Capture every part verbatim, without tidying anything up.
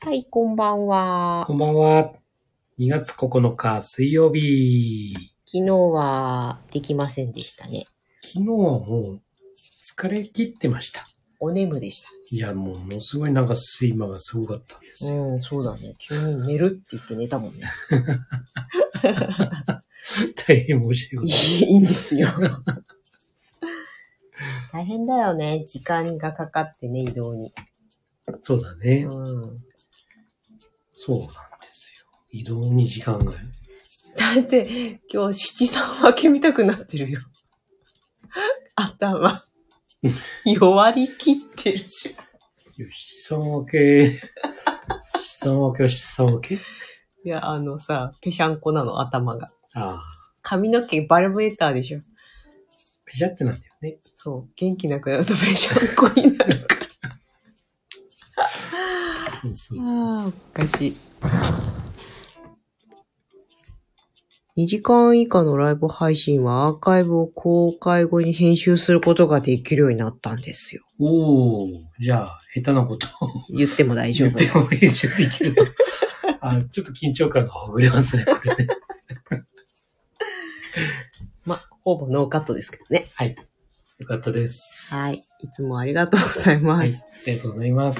はい、こんばんは。 こんばんは。にがつここのか水曜日。 昨日はできませんでしたね。 昨日はもう疲れ切ってました。 お眠でした。 いや、もうものすごいなんか睡魔がすごかったんですよ。 うん、そうだね。急に寝るって言って寝たもんね。 大変申し訳ない。 いいんですよ。大変だよね。時間がかかってね、移動に。 そうだね。 うん。 そうなんですよ。移動に時間が。 だって今日七三分け見たくなってるよ。頭。弱りきってるし。 七三分け。七三分けは七三分け？ いや、あのさ、ぺしゃんこなの、頭が。 ああ。 髪の毛バルブレーターでしょ。 ぺしゃってなんだよね。 そう。元気なくなるとぺしゃんこになるから。 そうそうそう。 ああ、おかしい。にじかん以下のライブ配信はアーカイブを公開後に編集することができるようになったんですよ。 おー、じゃあ、下手なことを言っても大丈夫。 言っても編集できると。あ、ちょっと緊張感がほぐれますね、これね。 ま、ほぼノーカットですけどね。 はい。よかったです。 はい。いつもありがとうございます。 はい。ありがとうございます。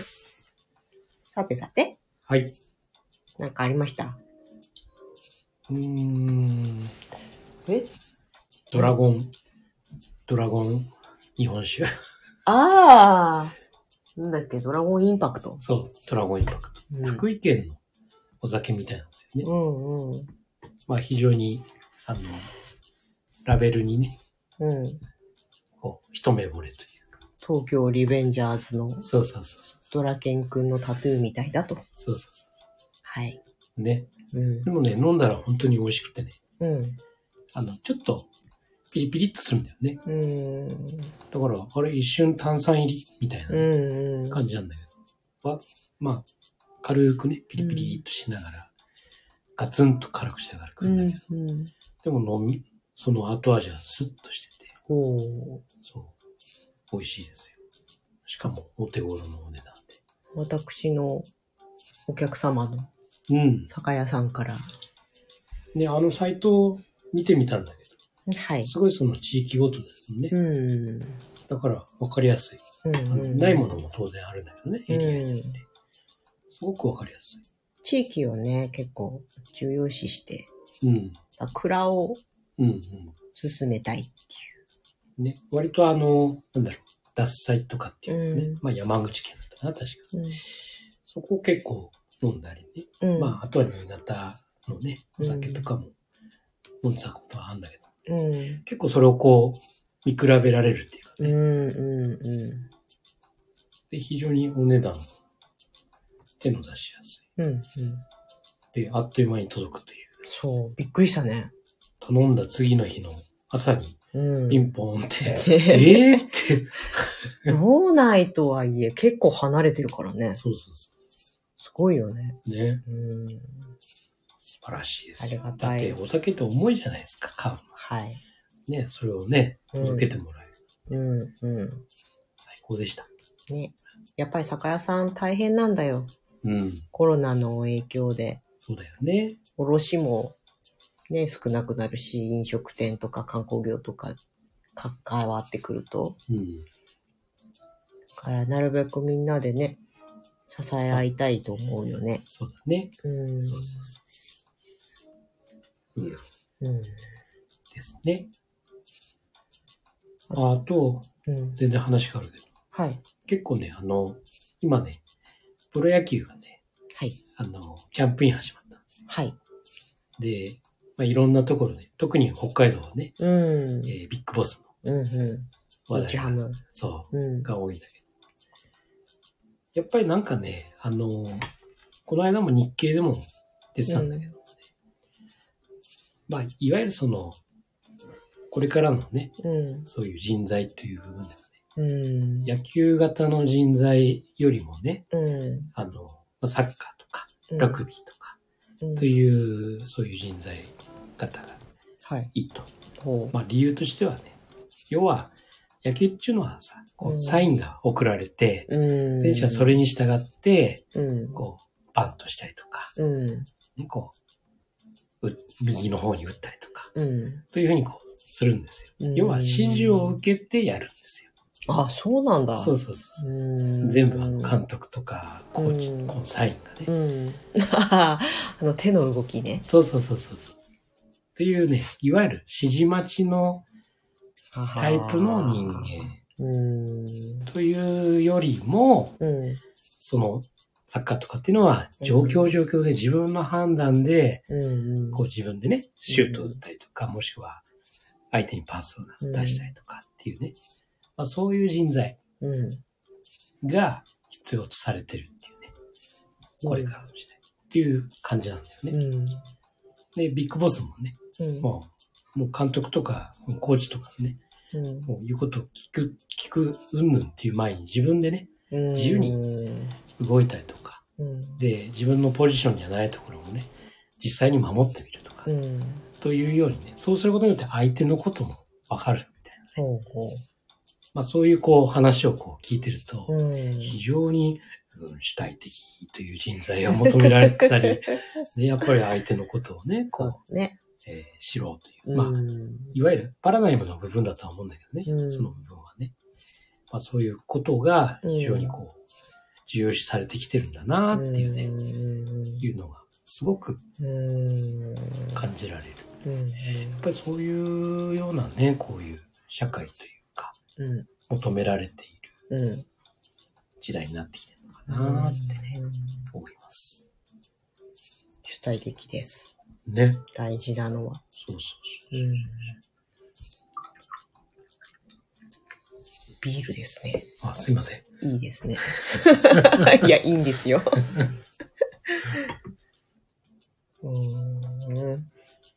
さてさて。 はい。 なんかありました？ うーん。 え？ ドラゴン、ドラゴン日本酒。 ああ。なんだっけ、ドラゴンインパクト。 そう、ドラゴンインパクト。うん、福井県のお酒みたいなんですよね。 うんうん。まあ非常に、あの、ラベルにね、 うん。 こう、一目惚れというか。 東京リベンジャーズの、 そうそうそうそう。 ドラケンくんのタトゥーみたいだと。 そうそうそう。 はい。 ね。 うん。 でもね、飲んだら本当に美味しくてね。 うん。あの、ちょっと、ピリピリっとするんだよね。 うん。 だから、あれ一瞬炭酸入りみたいな感じなんだけど。うん、まあ、軽くね、ピリピリっとしながら、うん、ガツンと軽くしながら来るんだけど。うんうん、でも飲み、その後味はスッとしてて。おそう。美味しいですよ。しかも、お手頃のお値段で。 私のお客様の、 うん。 酒屋さんから。 ね、あのサイトを見てみたんだけど。 はい。 すごいその地域ごとですもんね。うん。だから分かりやすい。うんうん、ないものも当然あるんだけどね、エリアによって。すごく分かりやすい。 地域をね、結構重要視して、うん。蔵を進めたいっていう。 うんうん、ね、割とあの、なんだろう、獺祭とかっていうね、うん、まあ山口県だったかな、確か。うん、そこを結構飲んだりね。うん、まあ、あとは新潟のね、お酒とかも飲んだことはあるんだけど。うん、結構それをこう、見比べられるっていうかね。うんうんうん、で非常にお値段も手の出しやすい。うんうん、で、あっという間に届くという。 そう、びっくりしたね。 頼んだ次の日の朝に、ピンポンって、うん、 えー、って。 道内とはいえ結構離れてるからね。 そうそうそう。 すごいよね。 ね。うん、素晴らしいですよ。 ありがたい。 だってお酒って重いじゃないですか、買うの。 はい。 ね、それをね、届けてもらえる。うん、うん。最高でした。 ね。やっぱり酒屋さん大変なんだよ。うん。コロナの影響で。 そうだよね。 卸もね、少なくなるし、飲食店とか観光業とか関わってくると。うん。だからなるべくみんなでね、支え合いたいと思うよね。 そうだね。うん。そうそうそう。うん。うん、ですね。あ, あと、うん、全然話があるけど。はい。結構ね、あの、今ね、プロ野球がね、はい。あの、キャンプイン始まったんですよ。はい。で、まあ、いろんなところで、特に北海道はね、うん。えー、ビッグボスの、うんうん。話題が、そう、うん、が多いんだけど。やっぱりなんかね、あの、この間も日経でも出てたんだけど、ね、うん、まあ、いわゆるその、これからのね、うん、そういう人材という部分ではね、うん、野球型の人材よりもね、うん、あの、サッカーとか、ラグビーとか、うん、という、そういう人材型がいいと。はい、まあ理由としてはね、要は、野球っていうのはさ、こうサインが送られて、うん、選手はそれに従って、うん、こう、 バンとしたりとか、うん、ね、こう、右の方に打ったりとか、うん、というふうにこうするんですよ。要は指示を受けてやるんですよ。 あ、そうなんだ。 そうそうそう。う全部あの監督とかコーチ、コンサインがね。うん、 あの手の動きね。 そうそうそうそう。っていうね、いわゆる指示待ちのタイプの人間というよりも、うん、そのサッカーとかっていうのは状況状況で自分の判断で、うん、こう自分でね、シュートを打ったりとか、もしくは相手にパスを出したりとかっていうね、まあ、そういう人材が必要とされてるっていうね、これからの時代っていう感じなんですよね。うん、で、ビッグボスもね、うん、もう、もう監督とかコーチとかね、うん、もう言うことを聞く、聞く、うんぬんっていう前に自分でね、自由に動いたりとか、うん、で、自分のポジションじゃないところもね、実際に守ってみるとか、うん、というようにね、そうすることによって相手のこともわかるみたいなね。うんうん、まあそういうこう話をこう聞いてると、うん、非常に、うん、主体的という人材を求められたり、でやっぱり相手のことをね、こう、ね、えー、知ろうという。まあ、うん、いわゆるパラダイムの部分だとは思うんだけどね、うん、その部分はね。まあそういうことが非常にこう、重要視されてきてるんだなっていうね、うん、いうのがすごく感じられる。うん、やっぱりそういうようなね、こういう社会というか、うん、求められている時代になってきてるのかなってね、うん、思います。 主体的です。 ね。 大事なのは。 そうそうそう。うん、 ビールですね。 あ、すいません。 いいですね。いや、いいんですよ。うーん、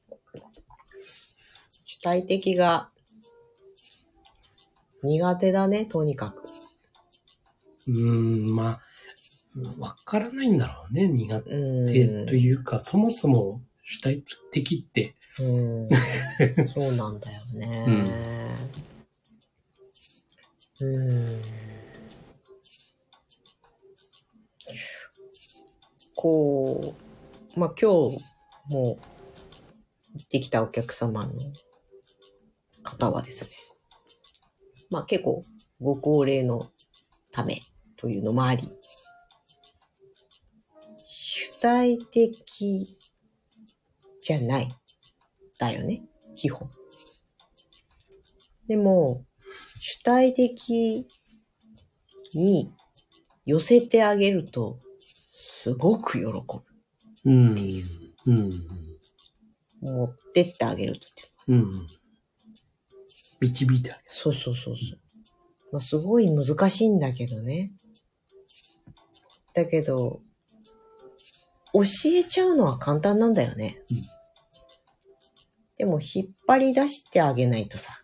主体的が苦手だね、とにかく。 うーん、まあ、わからないんだろうね、苦手というか、そもそも主体的って。 うん、そうなんだよね。うん。うんこう、まあ、今日も行ってきたお客様の方はですね、まあ結構ご高齢のためというのもあり、主体的じゃない、だよね、基本。でも、主体的に寄せてあげると、すごく喜ぶっていう。うんうんうん、持ってってあげるっていう。うんうん、 導いてあげる。 そうそうそうそう。まあ、すごい難しいんだけどね。だけど、教えちゃうのは簡単なんだよね。うん、でも、引っ張り出してあげないとさ。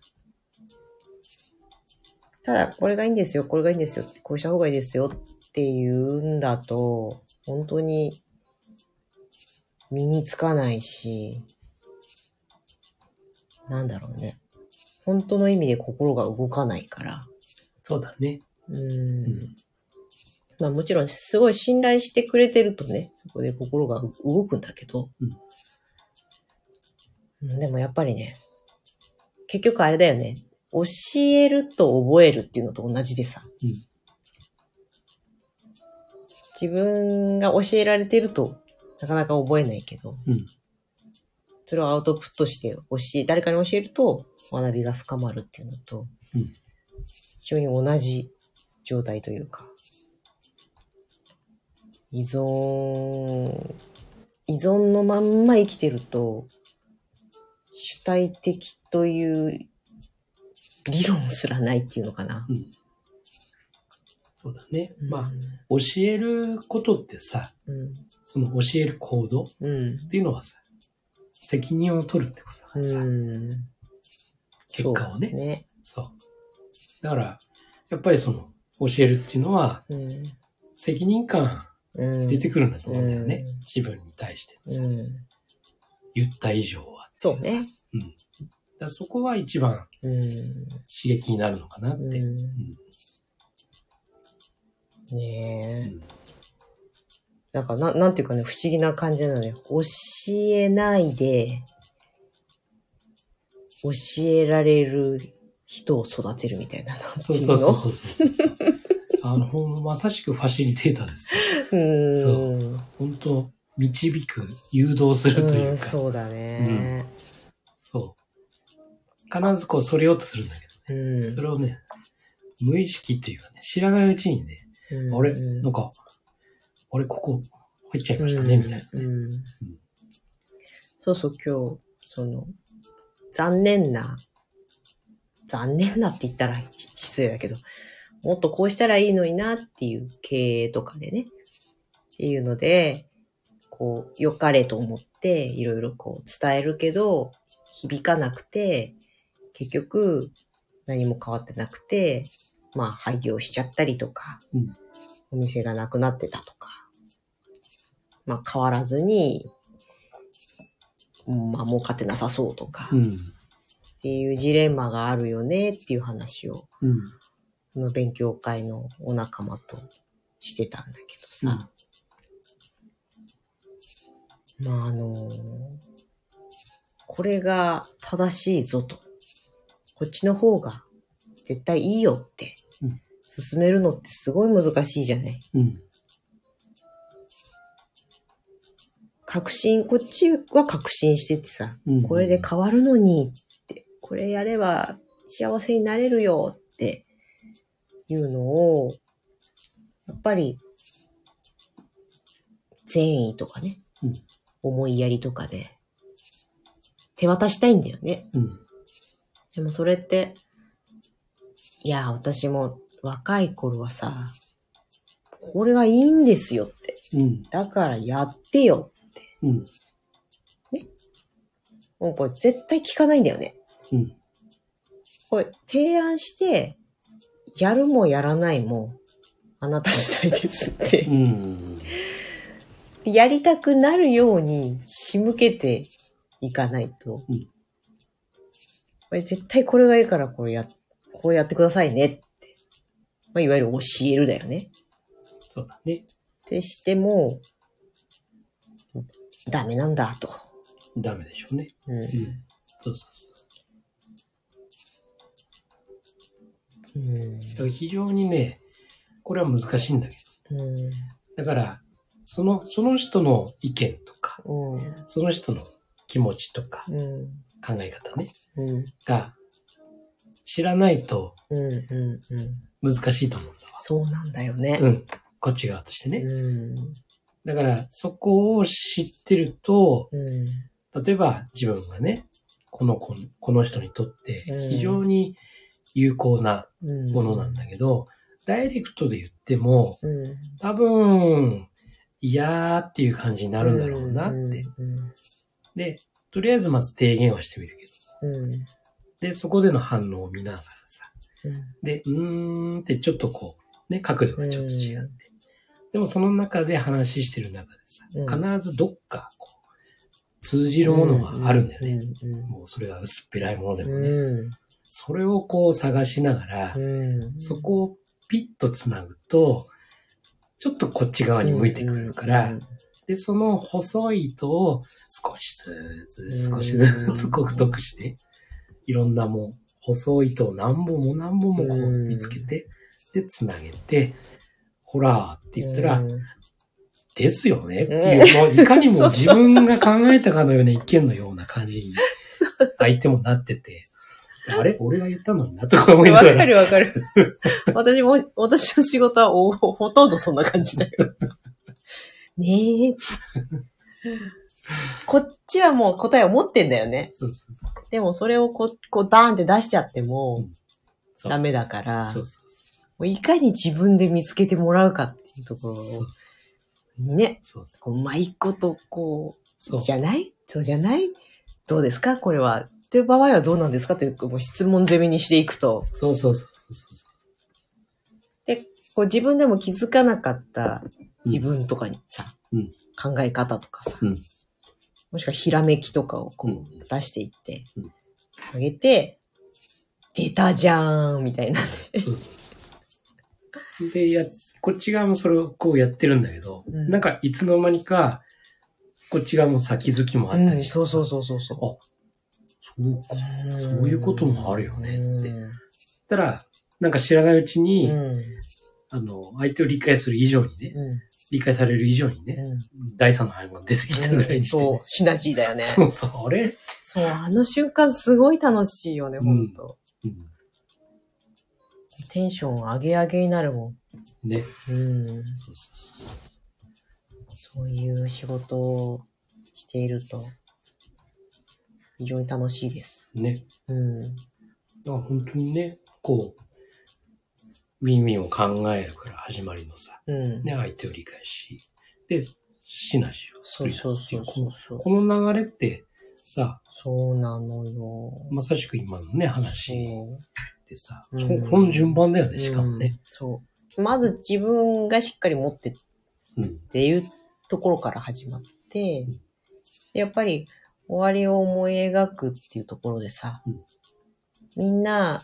ただ、これがいいんですよ、これがいいんですよ、こうした方がいいですよっていうんだと、本当に身につかないし、なんだろうね。本当の意味で心が動かないから。 そうだね。うん。うん、 まあもちろんすごい信頼してくれてるとね、そこで心が動くんだけど。うん、でもやっぱりね、結局あれだよね。教えると覚えるっていうのと同じでさ。うん、自分が教えられてるとなかなか覚えないけど、うん、それをアウトプットして教え、誰かに教えると学びが深まるっていうのと、うん、非常に同じ状態というか、依存、依存のまんま生きてると、主体的という理論すらないっていうのかな。うん、 そうだね。うん、まあ、教えることってさ、うん、その教える行動っていうのはさ、責任を取るってことだからさ、うん、結果をね。そうね。そう。だから、やっぱりその、教えるっていうのは、うん、責任感出てくるんだと思うんだよね。うん、自分に対してさ、うん。言った以上は。 そうね。 うん。だからそこは一番、うん、刺激になるのかなって。うんうん、 ねえ、うん。 なんかな、なんていうかね、不思議な感じなのよ。教えないで、教えられる人を育てるみたいな。 そうそうそうそうそうそう。あの、まさしくファシリテーターですよ。うん。そう。本当導く、誘導するというか。うん、 そうだね、 うん。そう。必ずこう、それようとするんだけどね。うん、それをね、無意識っていうかね、知らないうちにね、うん、あれ、なんか、あれ、ここ入っちゃいましたね、うん、みたいなね、うんうん。 そうそう、今日、その、残念な、残念なって言ったら失礼だけど、もっとこうしたらいいのになっていう経営とかでね、っていうので、こう、良かれと思っていろいろこう伝えるけど、響かなくて、結局何も変わってなくて、まあ廃業しちゃったりとか、うん、お店がなくなってたとか、まあ変わらずに、まあ儲かってなさそうとか、うん、っていうジレンマがあるよねっていう話を、うん、この勉強会のお仲間としてたんだけどさ、うん、まああのー、これが正しいぞと、こっちの方が絶対いいよって、進めるのってすごい難しいじゃない、うん、確信、こっちは確信しててさ、うん、これで変わるのにって、これやれば幸せになれるよっていうのを、やっぱり善意とかね、うん、思いやりとかで手渡したいんだよね。うん、でもそれって、いや、私も若い頃はさ、これはいいんですよって。うん、だからやってよって。うん、ね。もうこれ絶対聞かないんだよね。うん、これ提案して、やるもやらないも、あなた次第ですって。うん、やりたくなるように仕向けていかないと。うん、これ絶対これがいいからこれや、こうやってくださいねって。まあ、いわゆる教えるだよね。 そうだね。 でしても、ダメなんだと。 ダメでしょうね。うん。うん、そうそうそう。うん。だから非常にね、これは難しいんだけど。うん、だから、その、その人の意見とか、うん、その人の気持ちとか、うん、考え方ね、うん、が、知らないと、難しいと思うんだわ。 そうなんだよね。 うん。こっち側としてね。うん、だから、そこを知ってると、うん、例えば自分がね、この子、この人にとって非常に有効なものなんだけど、うん、ダイレクトで言っても、うん、多分、嫌っていう感じになるんだろうなって。うんうんうん、で、とりあえずまず提言はしてみるけど、うん、で、そこでの反応を見ながらさ、うん、で、うーんってちょっとこう、ね、角度がちょっと違って、うん、でもその中で話してる中でさ、うん、必ずどっかこう通じるものはあるんだよね、うんうんうん。もうそれが薄っぺらいものでもね。うん、それをこう探しながら、うん、そこをピッとつなぐと、ちょっとこっち側に向いてくるから、うんうんうん、で、その細い糸を少しずつ、少しずつこう太くして、いろんなもう細い糸を何本も何本もこう見つけて、で、つなげて、ほらって言ったら、ですよねっていう、もういかにも自分が考えたかのような意見のような感じに相手もなってて、あれ俺が言ったのになとか思いながら。 わかるわかる。私も、私の仕事はおほとんどそんな感じだよ。ねえ。こっちはもう答えを持ってんだよね。そうそうそう、でもそれをこう、こうバーンって出しちゃってもダメだから、そうそうそう、もういかに自分で見つけてもらうかっていうところにね、そうそう、こううまいことこう、じゃないそうじゃないどうですかこれは。っていう場合はどうなんですかってもう質問攻めにしていくと。 そうそうそうそう。 で、こう自分でも気づかなかった自分とかにさ、うん、考え方とかさ、うん、もしくはひらめきとかをこう出していって、うん、あげて、出たじゃーんみたいなね。そうそうで、や、こっち側もそれをこうやってるんだけど、うん、なんかいつの間にか、こっち側も先付きもあったりして、うん。 そうそうそうそう。あ、 そうか。そういうこともあるよねって。たら、なんか知らないうちに、うん、あの、相手を理解する以上にね、うん、理解される以上にね、うん、第三の範囲が出てきたぐらいにして、ね、 うん。そう、シナジーだよね。 そうそう、あれそう、あの瞬間すごい楽しいよね、ほんと。うん、テンション上げ上げになるもん。ね。 うん。そうそうそう。そういう仕事をしていると、非常に楽しいです。 ね。 うん。 だから本当にね、こう、ウィンウィンを考えるから始まりのさ、うん、ね、相手を理解し、で、シナジーを作り出すっていう、この流れってさ、 そうなのよ。 まさしく今のね、話でさ、うん、この順番だよね、しかもね、うん。 そう。まず自分がしっかり持ってっていうところから始まって、うん、やっぱり終わりを思い描くっていうところでさ、うん、みんな、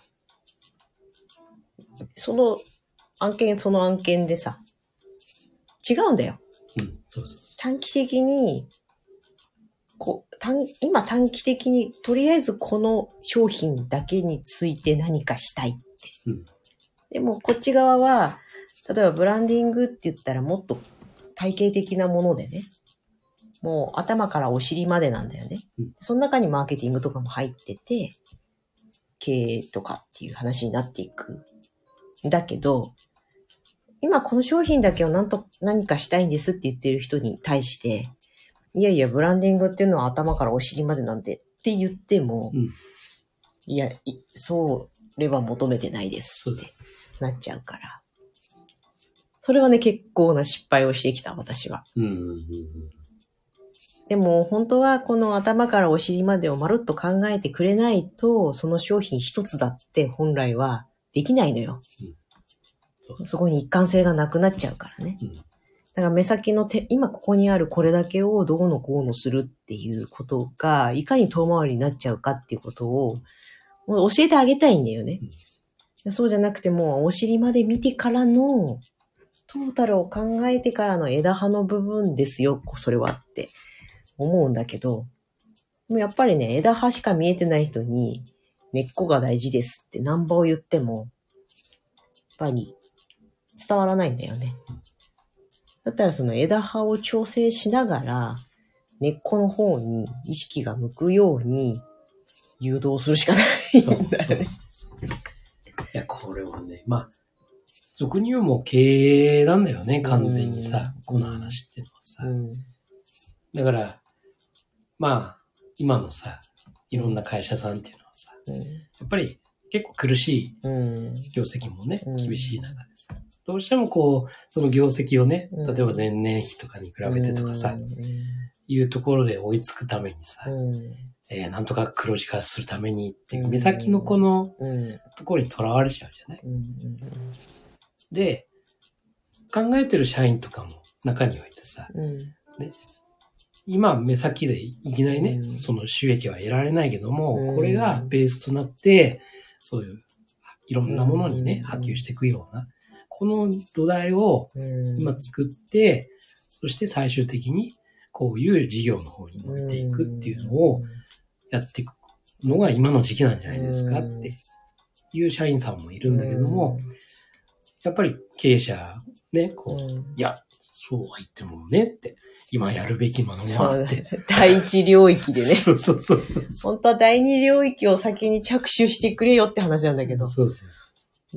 その案件、その案件でさ、違うんだよ。 うん、そうそうそう。 短期的に、こ短今短期的に、とりあえずこの商品だけについて何かしたいって。うん、でもこっち側は、例えばブランディングって言ったらもっと体系的なものでね、もう頭からお尻までなんだよね。うん、その中にマーケティングとかも入ってて、経営とかっていう話になっていく。だけど、今この商品だけを何と何かしたいんですって言ってる人に対して、いやいや、ブランディングっていうのは頭からお尻までなんでって言っても、うん、いや、それは求めてないですってなっちゃうから。それはね、結構な失敗をしてきた、私は。うんうんうん、でも、本当はこの頭からお尻までをまるっと考えてくれないと、その商品一つだって本来はできないのよ。うんそ, そこに一貫性がなくなっちゃうからね。うん、だから目先の手、今ここにあるこれだけをどうのこうのするっていうことが、いかに遠回りになっちゃうかっていうことを、もう教えてあげたいんだよね。うん、そうじゃなくてもうお尻まで見てからの、トータルを考えてからの枝葉の部分ですよ、それはって思うんだけど、でもやっぱりね、枝葉しか見えてない人に、根っこが大事ですって何番を言っても、やっぱり、伝わらないんだよね。だったらその枝葉を調整しながら根っこの方に意識が向くように誘導するしかないんだよね。そうそうそうそういや、これはね、まあ、俗に言うも経営なんだよね、完全にさ、この話っていうのはさ。うん、だから、まあ、今のさ、いろんな会社さんっていうのはさ、うん、やっぱり結構苦しい業績もね、うん、厳しい中でさ、どうしてもこう、その業績をね、例えば前年比とかに比べてとかさ、うん、いうところで追いつくためにさ、うんえー、なんとか黒字化するためにっていう、目先のこのところにとらわれちゃうじゃない、うん、で、考えてる社員とかも中にはいてさ、うんね、今目先でいきなりね、うん、その収益は得られないけども、うん、これがベースとなって、そういういろんなものにね、波及していくような、この土台を今作って、そして最終的にこういう事業の方に乗っていくっていうのをやっていくのが今の時期なんじゃないですかっていう社員さんもいるんだけども、やっぱり経営者ね、こう、いや、そうは言ってもねって、今やるべきものはって。 第一領域でね。 そうそうそうそう。 本当は第二領域を先に着手してくれよって話なんだけど。 そうそうそう。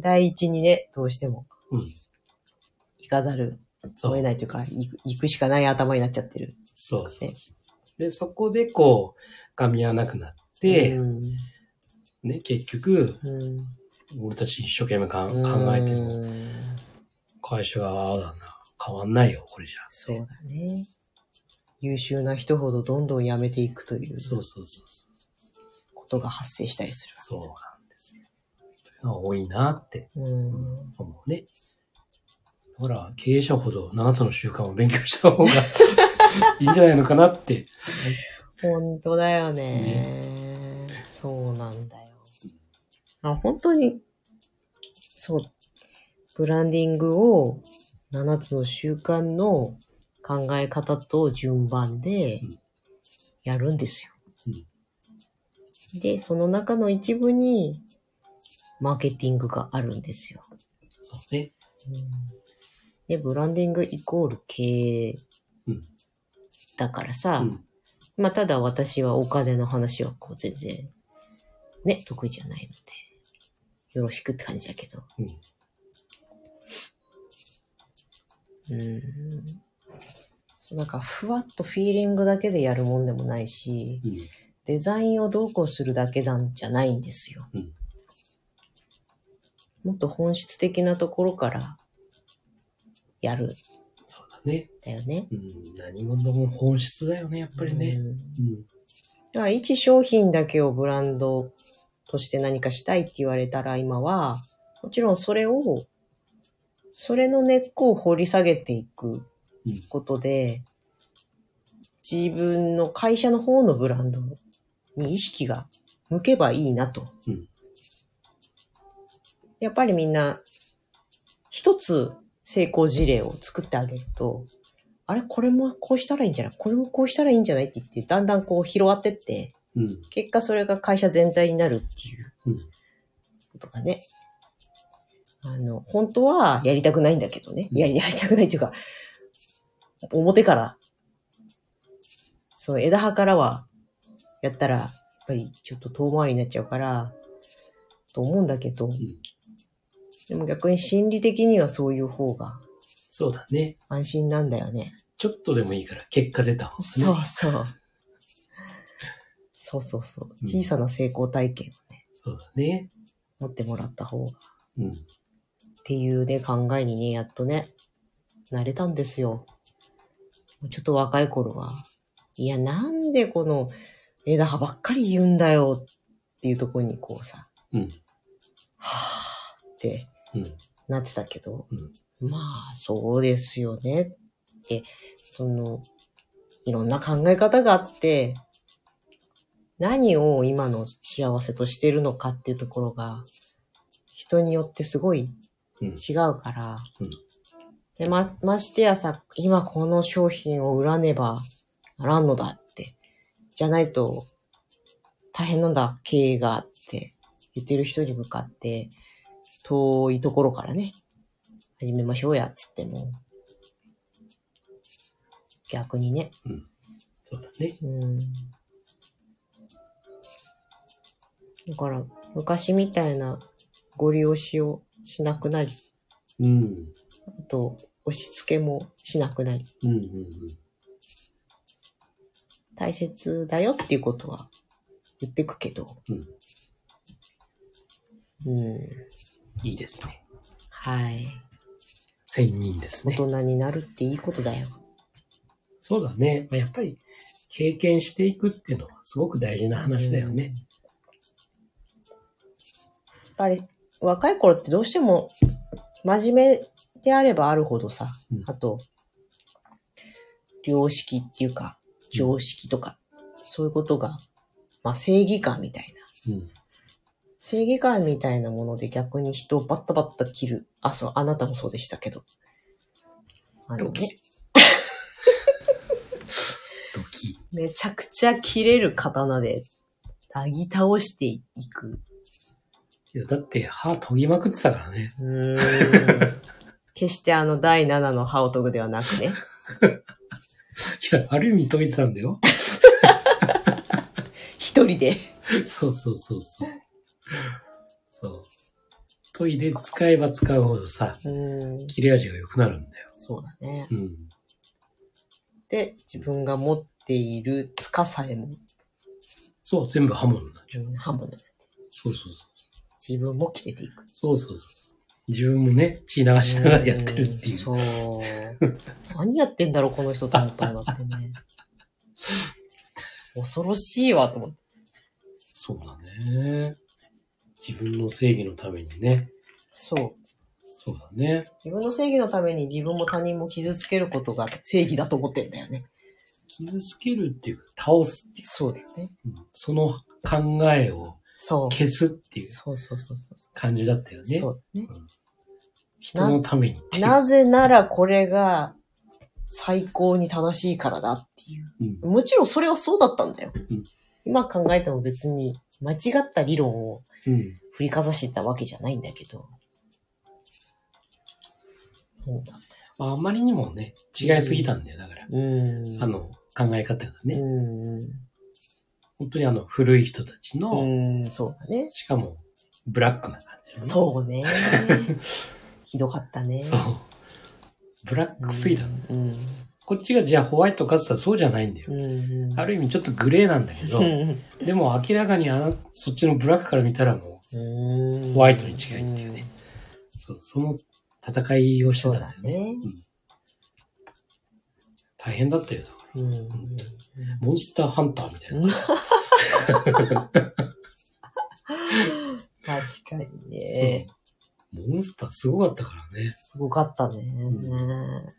第一にね、どうしても。うん。行かざるを得ないというか、行く、行くしかない頭になっちゃってる。 そうそう、ね。で、そこでこう、噛み合わなくなって、うん、ね、結局、うん、俺たち一生懸命か考えても、会社がああだな、変わんないよ、これじゃ。 そうだね。優秀な人ほどどんどん辞めていくという。 そうそうそうそう。 ことが発生したりする。 そうなんですよ。というのは多いなって、うん、思うね。ほら、経営者ほどななつの習慣を勉強した方がいいんじゃないのかなって。 本当だよね。ねそうなんだよ。あ、本当に、そう。 ブランディングをななつの習慣の考え方と順番でやるんですよ。うん、で、その中の一部にマーケティングがあるんですよ。 そうね。 うん、で、ブランディングイコール経営だからさ、うん、まあただ私はお金の話はこう全然ね、得意じゃないので、よろしくって感じだけど。うん。うん。なんかふわっとフィーリングだけでやるもんでもないし、うん、デザインをどうこうするだけなんじゃないんですよ。うん、もっと本質的なところからやる。 そうだね。 だよね。 うん、何事も本質だよね、やっぱりね。うん。うん、 だから一商品だけをブランドとして何かしたいって言われたら今は、もちろんそれを、それの根っこを掘り下げていくことで、うん、自分の会社の方のブランドに意識が向けばいいなと。うん、やっぱりみんな、一つ成功事例を作ってあげると、あれこれもこうしたらいいんじゃないこれもこうしたらいいんじゃないって言って、だんだんこう広がってって、うん、結果それが会社全体になるっていうことがね、あの、本当はやりたくないんだけどね。やり、やりたくないっていうか、表から、そう、枝葉からは、やったら、やっぱりちょっと遠回りになっちゃうから、と思うんだけど、うん、でも逆に心理的にはそういう方が、 そうだね。 安心なんだよね。 ちょっとでもいいから結果出た方がね。 そうそう。そうそうそう。小さな成功体験をね。 うん、そうだね。 持ってもらった方が。うん。っていうね、考えにね、やっとね、慣れたんですよ。ちょっと若い頃は、いや、なんでこの枝葉ばっかり言うんだよっていうところにこうさ、うん、はぁってなってたけど、うん、まあ、そうですよねって、その、いろんな考え方があって、何を今の幸せとしてるのかっていうところが、人によってすごい違うから、うんうん、で、ま、ましてやさ、今この商品を売らねばならんのだって、じゃないと大変なんだ、経営がって言ってる人に向かって、遠いところからね、始めましょうや、つっても、逆にね。 うん。そうだね。 うん。だから、昔みたいなご利用しをしなくなり、うん。あと、押し付けもしなくなり、うんうんうん、大切だよっていうことは言ってくけど、うん。 うん、いいですね。 はい。 仙人ですね。 大人になるっていいことだよ。 そうだね。まあ、やっぱり経験していくっていうのはすごく大事な話だよね。うんやっぱり若い頃ってどうしても真面目であればあるほどさ、うん、あと、良識っていうか、常識とか、うん、そういうことが、まあ正義感みたいな、うん。正義感みたいなもので逆に人をバッタバッタ切る。あ、そう、あなたもそうでしたけど。あのね。 ドキ。 めちゃくちゃ切れる刀で、なぎ倒していく。 いや、だって歯研ぎまくってたからね。うーん決してあのだいななの歯を研ぐではなくね。 いや、ある意味研いでたんだよ。 一人で。 そうそうそうそう。そう。研いで使えば使うほどさ、うん切れ味が良くなるんだよ。 そうだね。うん、で、自分が持っている塚さえも。 そう、全部刃物になっちゃう。 うん、刃物になって。 そうそうそう。 自分も切れていく。 そうそうそう。自分もね、血流しながらやってるっていう。うそう。何やってんだろう、この人と思ったのだってね。恐ろしいわ、と思って。 そうだね。自分の正義のためにね。 そう。 そうだね。 自分の正義のために自分も他人も傷つけることが正義だと思ってるんだよね。 傷つけるっていうか、倒すっていう。 そうだよね。 うん、その考えを消すっていう感じだったよね。 そうね、うん。 人のためにって。 なぜならこれが最高に正しいからだっていう。うん、もちろんそれはそうだったんだよ。うん、今考えても別に間違った理論を振りかざしてたわけじゃないんだけど。 そうなんだよ。まあ、あまりにもね、違いすぎたんだよ、だから。うん、あの、考え方がね。うん、本当にあの、古い人たちの、 うん、そうだね。 しかも、ブラックな感じ、 ね。そうね。ひどかったね。 そう。ブラックすぎた、うんうん。こっちがじゃあホワイトかって言ったらそうじゃないんだよ。うんうん、ある意味ちょっとグレーなんだけど、でも明らかにあのそっちのブラックから見たらもう、ホワイトに近いっていうね。そう、その戦いをしてたんだよね。ね、うん。大変だったよ、だから、うんうん。モンスターハンターみたいな。 確かにね。 モンスターすごかったからね。 すごかったね。うん、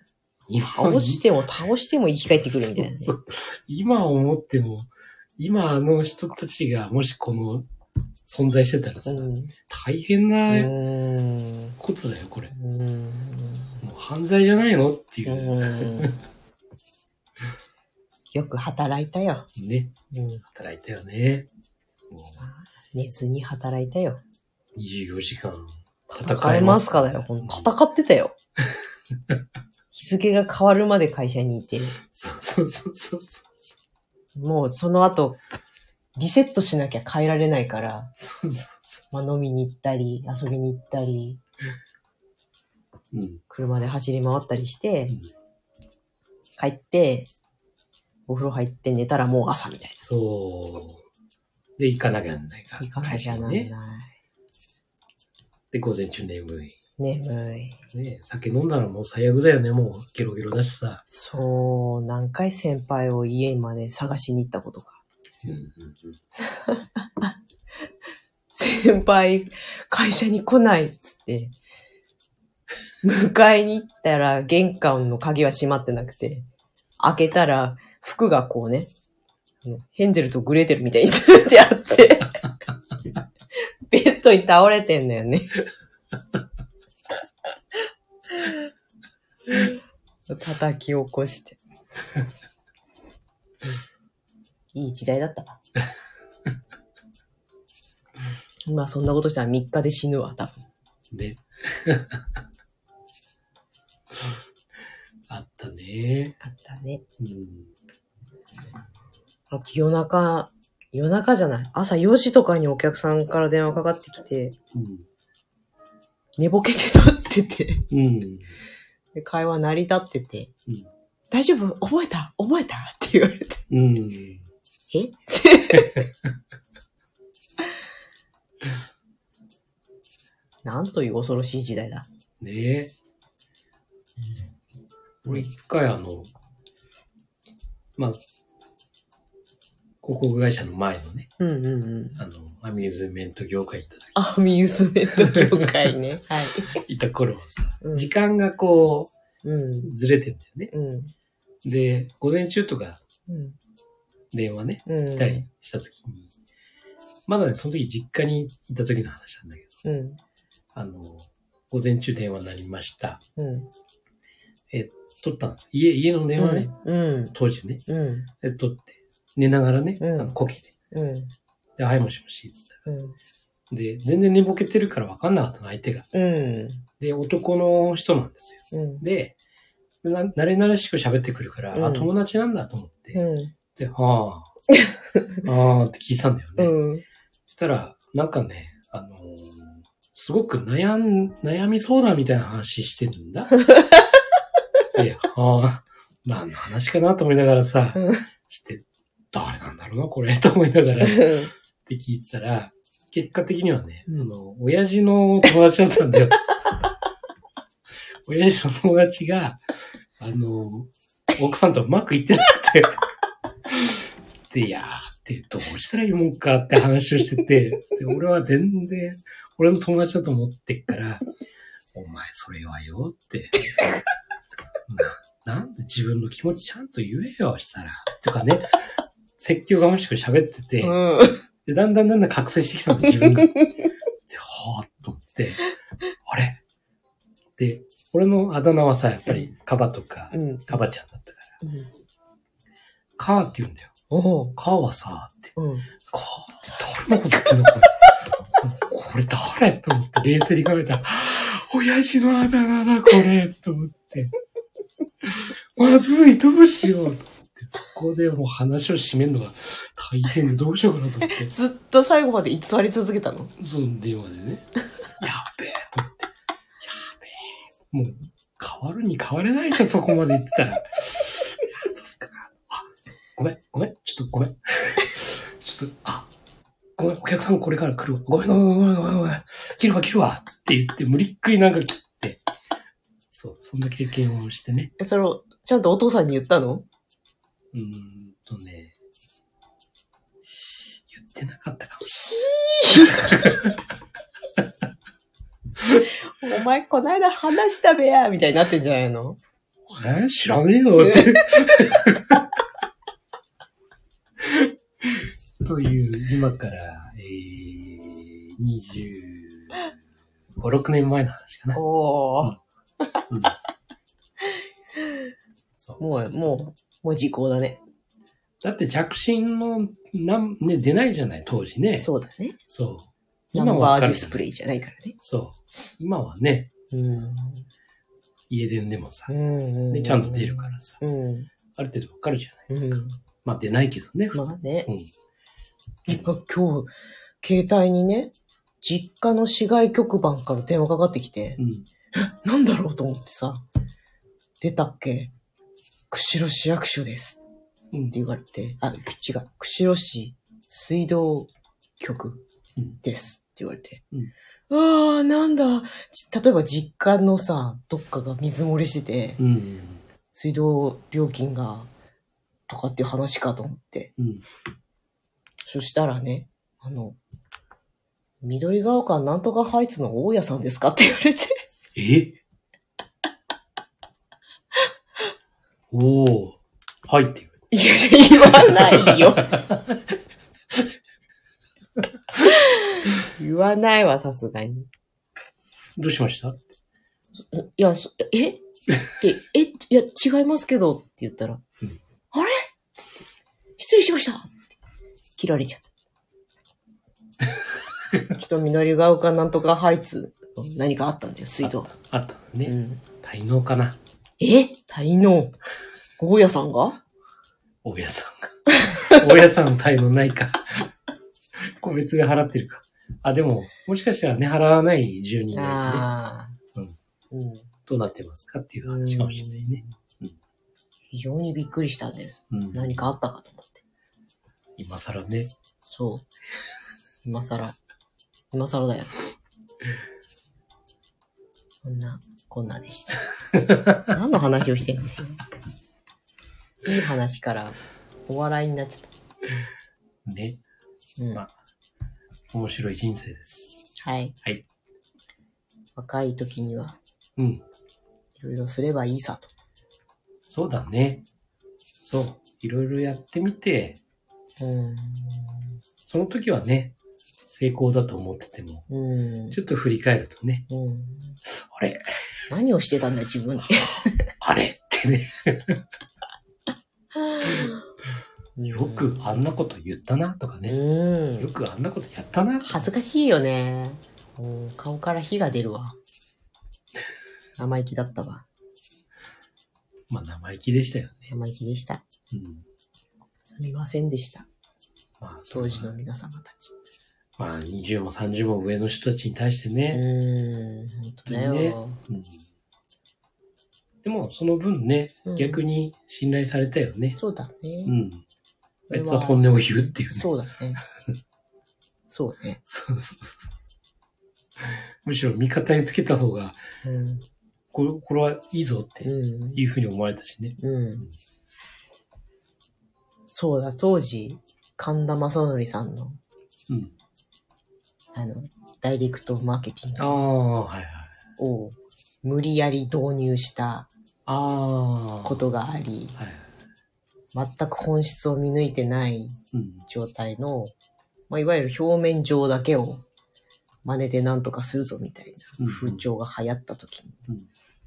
倒しても倒しても生き返ってくるみたいなね。そうそう今思っても、今あの人たちがもしこの存在してたらさ、うん、大変なことだよ、これ。うんもう犯罪じゃないのっていう。うんよく働いたよ。 ね。うん、働いたよね。もう寝ずに働いたよ。 にじゅうよじかん。 戦えますかだよ。戦ってたよ。日付が変わるまで会社にいて。 そうそうそうそう。 もうその後、リセットしなきゃ変えられないから、まあ、飲みに行ったり、遊びに行ったり、うん、車で走り回ったりして、うん、帰って、お風呂入って寝たらもう朝みたいな。 そう。で、行かなきゃなんないか。 行かなきゃなんない。 で、午前中眠い。 眠い。 ね酒飲んだらもう最悪だよね、もうゲロゲロだしさ。 そう、何回先輩を家まで探しに行ったことか。うんうんうん、先輩、会社に来ないっつって、迎えに行ったら玄関の鍵は閉まってなくて、開けたら服がこうね、ヘンゼルとグレーテルみたいになってあって、ベッドに倒れてんだよね。叩き起こして。いい時代だったわ。まあそんなことしたらみっかで死ぬわ、多分。 ね。あったね。 あったね。うん、あと夜中、夜中じゃない。朝よじとかにお客さんから電話かかってきて、うん、寝ぼけて撮ってて、うん、で会話成り立ってて、うん、大丈夫覚えた覚えたって言われて。うん、えなんという恐ろしい時代だ。 ねえ。俺一回あの、まあ、広告会社の前のね、うんうんうん、あの、アミューズメント業界行った時。 アミューズメント業界ね。はい。 いた頃はさ、うん、時間がこう、うん、ずれてんだよね。うん、で、午前中とか、うん、電話ね、うん、来たりした時に、まだね、その時実家にいた時の話なんだけど、うん、あの、午前中電話になりました。うん、え、取ったんです。家、家の電話ね、うん、当時ね、うん、で取って、寝ながらね、うん、あの、こけて。うん、で、はい、もしもし、って言ったら、うん。で、全然寝ぼけてるから分かんなかったの、相手が。うん、で、男の人なんですよ。うん、で、な、慣れ慣れしく喋ってくるから、うん、あ、友達なんだと思って、うん、で、はぁ、あーって聞いたんだよね。うん、そしたら、なんかね、あのー、すごく悩ん、悩み相談みたいな話してるんだ。いや、はぁ、何の話かなと思いながらさ、うん、して、誰なんだろうな、これ、と思いながら、って聞いてたら、結果的にはね、うん、あの、親父の友達だったんだよ。親父の友達が、あの、奥さんとうまくいってなくて、で、いやーって、どうしたらいいもんかって話をしてて、で俺は全然、俺の友達だと思ってっから、お前それはよって、な、なんで自分の気持ちちゃんと言えよ、したら、とかね、説教がましく喋ってて、うん、で、だんだんだんだん覚醒してきたの、自分が。で、はぁと思って、あれで、俺のあだ名はさ、やっぱりカバとか、うん、カバちゃんだったから、うん、カーって言うんだよ。おカーはさ、って。うん、カーって誰のこと言ってんのこれ。これ誰と思って冷静に考えたら、親父のあだ名だ、これと思って。まずい、どうしようと思って。そこでもう話を締めるのが大変でどうしようかなと思って。 ずっと最後まで偽り続けたの？ そう、電話でね。やべえと思って。やべえ。もう、変わるに変われないでしょ、そこまで言ってたら。いや、どうすっかな。あ、ごめん、ごめん、ちょっとごめん。ちょっと、あ、ごめん、お客さんこれから来るわ。ごめん、ごめん、ごめん、ごめん、ごめん。切るわ、切るわ。って言って、無理っくりなんか切って。そう、そんな経験をしてね。 え、それを、ちゃんとお父さんに言ったの？ うーんとね、言ってなかったかもしれない。お前、こないだ話したべや、みたいになってんじゃないの？ え、知らねえよって。という、今から、えー、にじゅうご、ろくねんまえの話かな。おー。うんうん、 そうもう、もう、もう時効だね。 だって着信の、なん、ね、出ないじゃない、当時ね。 そうだね。 そう。 今はナンバーディスプレイじゃないからね。 そう。今はね、うん、家電でもさ、うんで、ちゃんと出るからさ、うん、ある程度わかるじゃないですか。うん、まあ出ないけどね。 まあね。うん、今日、携帯にね、実家の市外局番から電話かかってきて、うん、え、なんだろうと思ってさ、出たっけ？釧路市役所です。って言われて、あ、違う、釧路市水道局ですって言われて、うん、ああ、なんだ、例えば実家のさ、どっかが水漏れしてて、うん、水道料金が、とかっていう話かと思って、うん、そしたらね、あの、緑が丘なんとかハイツの大家さんですかって言われて。 えおー、はいって言う。 いや、言わないよ。言わないわ、さすがに。 どうしました？ いや、えって、え、いや、違いますけどって言ったら、うん、あれって失礼しましたって切られちゃった。きっと緑が丘なんとかハイツ何かあったんだよ、水道。 あ, あったのね。うん、滞納かな。 え滞納大家さんが大家さんが。大家さんの滞納ないか。個別で払ってるか。あ、でも、もしかしたらね、払わない住人がいてね。あうんうん。どうなってますかっていう話かもしれないね。うん、 非常にびっくりしたんです。うん、何かあったかと思って。 今更ね。 そう。今更。今更だよ。こんな、こんなでした。何の話をしてるんですよ。いい話からお笑いになっちゃった。 ね。うん、まあ、面白い人生です。 はい。 はい。 若い時には、うん。いろいろすればいいさと。 そうだね。そう。いろいろやってみて、うん。その時はね、成功だと思ってても、うん、ちょっと振り返るとね、うん、あれ何をしてたんだ自分で。 あれってね。よくあんなこと言ったなとかね、うん、よくあんなことやったな。 恥ずかしいよね。顔から火が出るわ。生意気だったわ。 まあ生意気でしたよね。 生意気でした。うん、すみませんでした。まあ、当時の皆様たち。 まあ、にじゅうもさんじゅうも上の人たちに対してね。 うーん、本当だよ、ねうん。 でも、その分ね、うん、逆に信頼されたよね。 そうだね。 うん。あいつは本音を言うっていうね。 そうだね。そうね。 そうそうそう。むしろ味方につけた方が、うん、これ、これはいいぞっていうふうに思われたしね。うんうん、 そうだ、当時、神田正則さんの、うん、あの、ダイレクトマーケティングを無理やり導入したことがあり、はいはい、全く本質を見抜いてない状態の、うんまあ、いわゆる表面上だけを真似でなんとかするぞみたいな風潮が流行った時に、うんうん、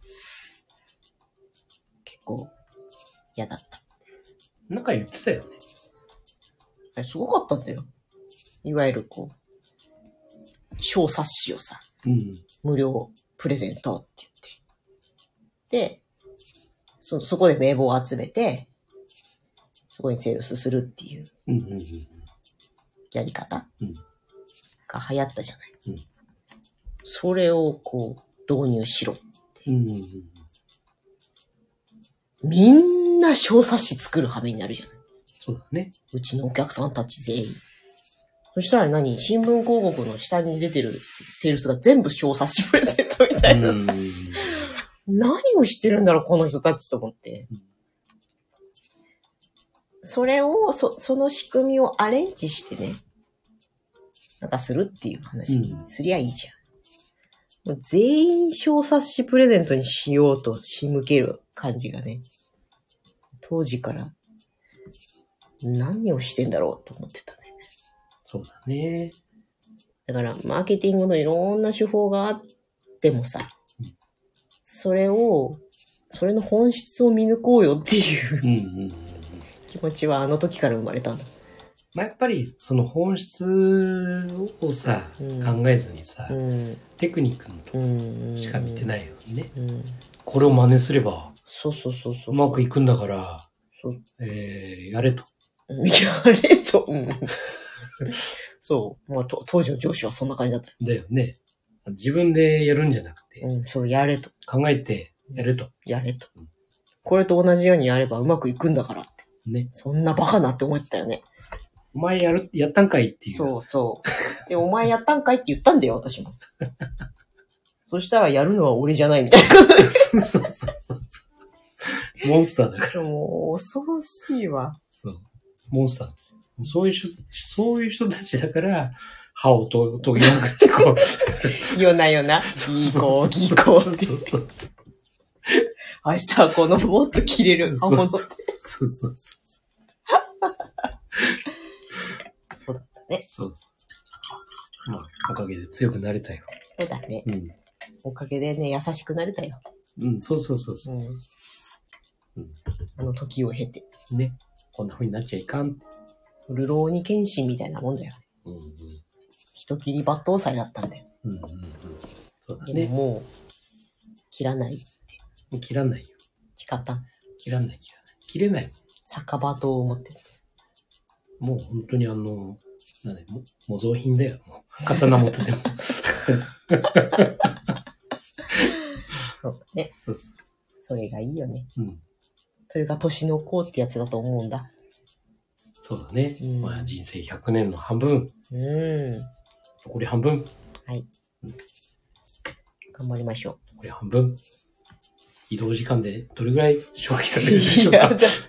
結構嫌だった。 なんか言ってたよね。すごかったんだよ。いわゆるこう、小冊子をさ、うん、無料プレゼントって言って。で、そ、そこで名簿を集めて、そこにセールスするっていう、やり方が流行ったじゃない。うん、それをこう、導入しろって。うんうんうん、みんな小冊子作る羽目になるじゃない。 そうだね。 うちのお客さんたち全員。そしたら何？新聞広告の下に出てるセールスが全部小冊子プレゼントみたいな。うん何をしてるんだろう、この人たちと思って。うん、それを、そ、その仕組みをアレンジしてね、なんかするっていう話にすりゃいいじゃん。うん、もう全員小冊子プレゼントにしようと仕向ける感じがね、当時から何をしてんだろうと思ってたね。 そうだね。 だから、マーケティングのいろんな手法があってもさ、うん、それを、それの本質を見抜こうよっていう、うんうんうん、気持ちはあの時から生まれたんだ。 まあ、やっぱりその本質をさ、うん、考えずにさ、うん、テクニックのとこしか見てないよね、うんうん。これを真似すれば、 そうそうそうそう。 うまくいくんだから、そうえー、やれと。 やれと。うんそう。まあ、当時の上司はそんな感じだった。 だよね。自分でやるんじゃなくて。 うん、そう、やれと。 考えて、やれと。 やれと、うん。これと同じようにやればうまくいくんだからって。ね。そんなバカなって思ってたよね。 お前やる、やったんかいっていう。 そうそう。で、お前やったんかいって言ったんだよ、私も。そしたらやるのは俺じゃないみたいなことです。そうそうそう。 モンスターだから。 もう、恐ろしいわ。 そう。モンスターですよ。そういう人、そういう人たちだから、歯をと研ぎまくってこう。よなよな、ギコギコって。そうそうそう。明日はこのもっと切れる刃物って。そうそうそう。そうだったね。そうそう。 まあ、おかげで強くなれたよ。 そうだね。うん。おかげでね、優しくなれたよ。 うん、そうそうそうそう。 うん。あの時を経て。 ね。こんな風になっちゃいかん。 ルローニケンシンみたいなもんだよね。うんうん。人切り抜刀斎だったんだよ。うんうんうん。そうだね。でももう、切らないって。 もう切らないよ。 誓ったん切らない切らない。切れないもん。 酒場刀を持ってる。 もう本当にあの、なんで、も模造品だよ。もう刀持ってても。 そうね。そうそう。それがいいよね。うん。それが年の功ってやつだと思うんだ。 そうだね。うん、まあ人生ひゃくねんの半分。うん。残り半分。はい、 うん。頑張りましょう。残り半分。移動時間でどれぐらい消費されるでしょうか。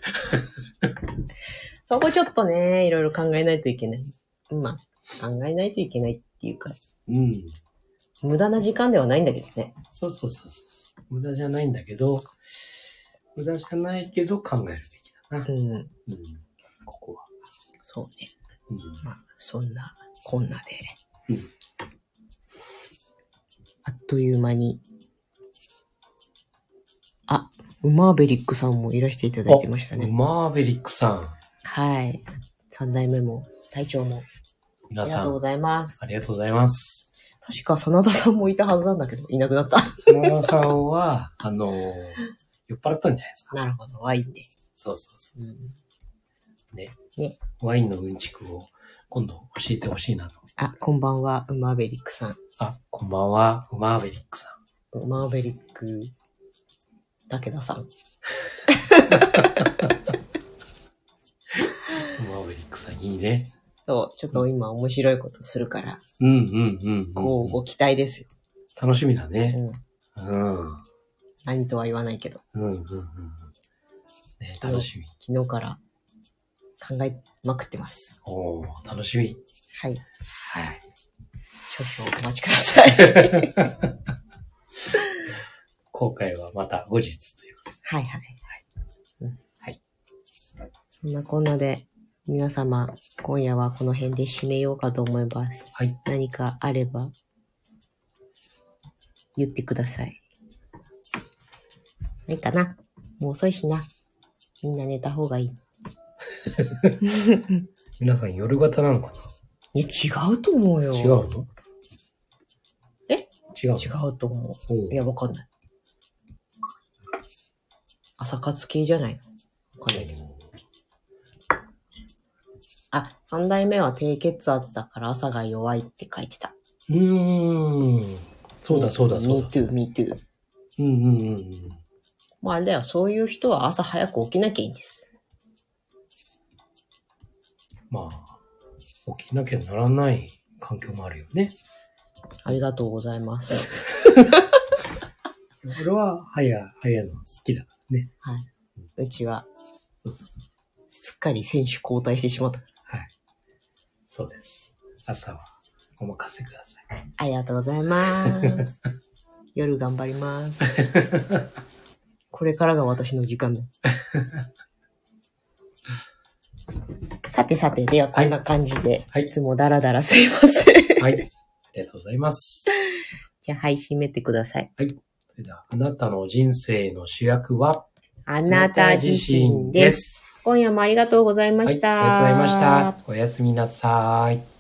そこちょっとね、いろいろ考えないといけない。まあ、考えないといけないっていうか。うん。無駄な時間ではないんだけどね。 そうそうそうそう。無駄じゃないんだけど、無駄じゃないけど考えるべきだな。うん。うん、ここは。 そうね。うん、まあ、そんな、こんなで。うん。あっという間に。あ、ウマーベリックさんもいらしていただいてましたね。 ウマーベリックさん。 はい。三代目も、隊長も。皆さん。ありがとうございます。 ありがとうございます。 確か、真田さんもいたはずなんだけど、いなくなった。 真田さんは、あのー、酔っ払ったんじゃないですか。 なるほど、ワインで。 そうそうそう。うん、ね。ね。ワインのうんちくを今度教えてほしいなと。 あ、こんばんは、ウマーベリックさん。 あ、こんばんは、ウマーベリックさん。ウマーベリック、武田さん。ウマーベリックさん、いいね。 そう、ちょっと今面白いことするから。うんうんうん、うん。こう、ご期待ですよ。 楽しみだね。うん。うん。 何とは言わないけど。うんうんうん。 ね、楽しみ。 昨日から考えまくってます。 おー、楽しみ。 はい。はい。少々お待ちください。 公開はまた後日ということで。 はいはい。はい。うん、はい。そんなこんなで、皆様、今夜はこの辺で締めようかと思います。はい。何かあれば、 言ってください。ないかな。もう遅いしな。みんな寝た方がいい。 皆さん夜型なのかな？ いや、違うと思うよ。 違うの？ え？ 違う。 違うと思う。いや、わかんない。朝活系じゃないの？わかんないけど。あ、三代目は低血圧だから朝が弱いって書いてた。 うーん。そうだそうだそうだ。 me too, me too. うんうんうんうん。 まああれだよ、そういう人は朝早く起きなきゃいいんです。 まあ、起きなきゃならない環境もあるよね。 ありがとうございます。 俺は早、早いの好きだからね。 はい。うちは、すっかり選手交代してしまった。 はい。そうです。朝はお任せください。 ありがとうございます。夜頑張ります。これからが私の時間だ。さてさて、ではこんな感じで、はい、いつもダラダラすいません。 はい。ありがとうございます。 じゃあ、はい、締めてください。 はい。それでは、あなたの人生の主役は、 あなた自身です。今夜もありがとうございました。 はい、ありがとうございました。おやすみなさい。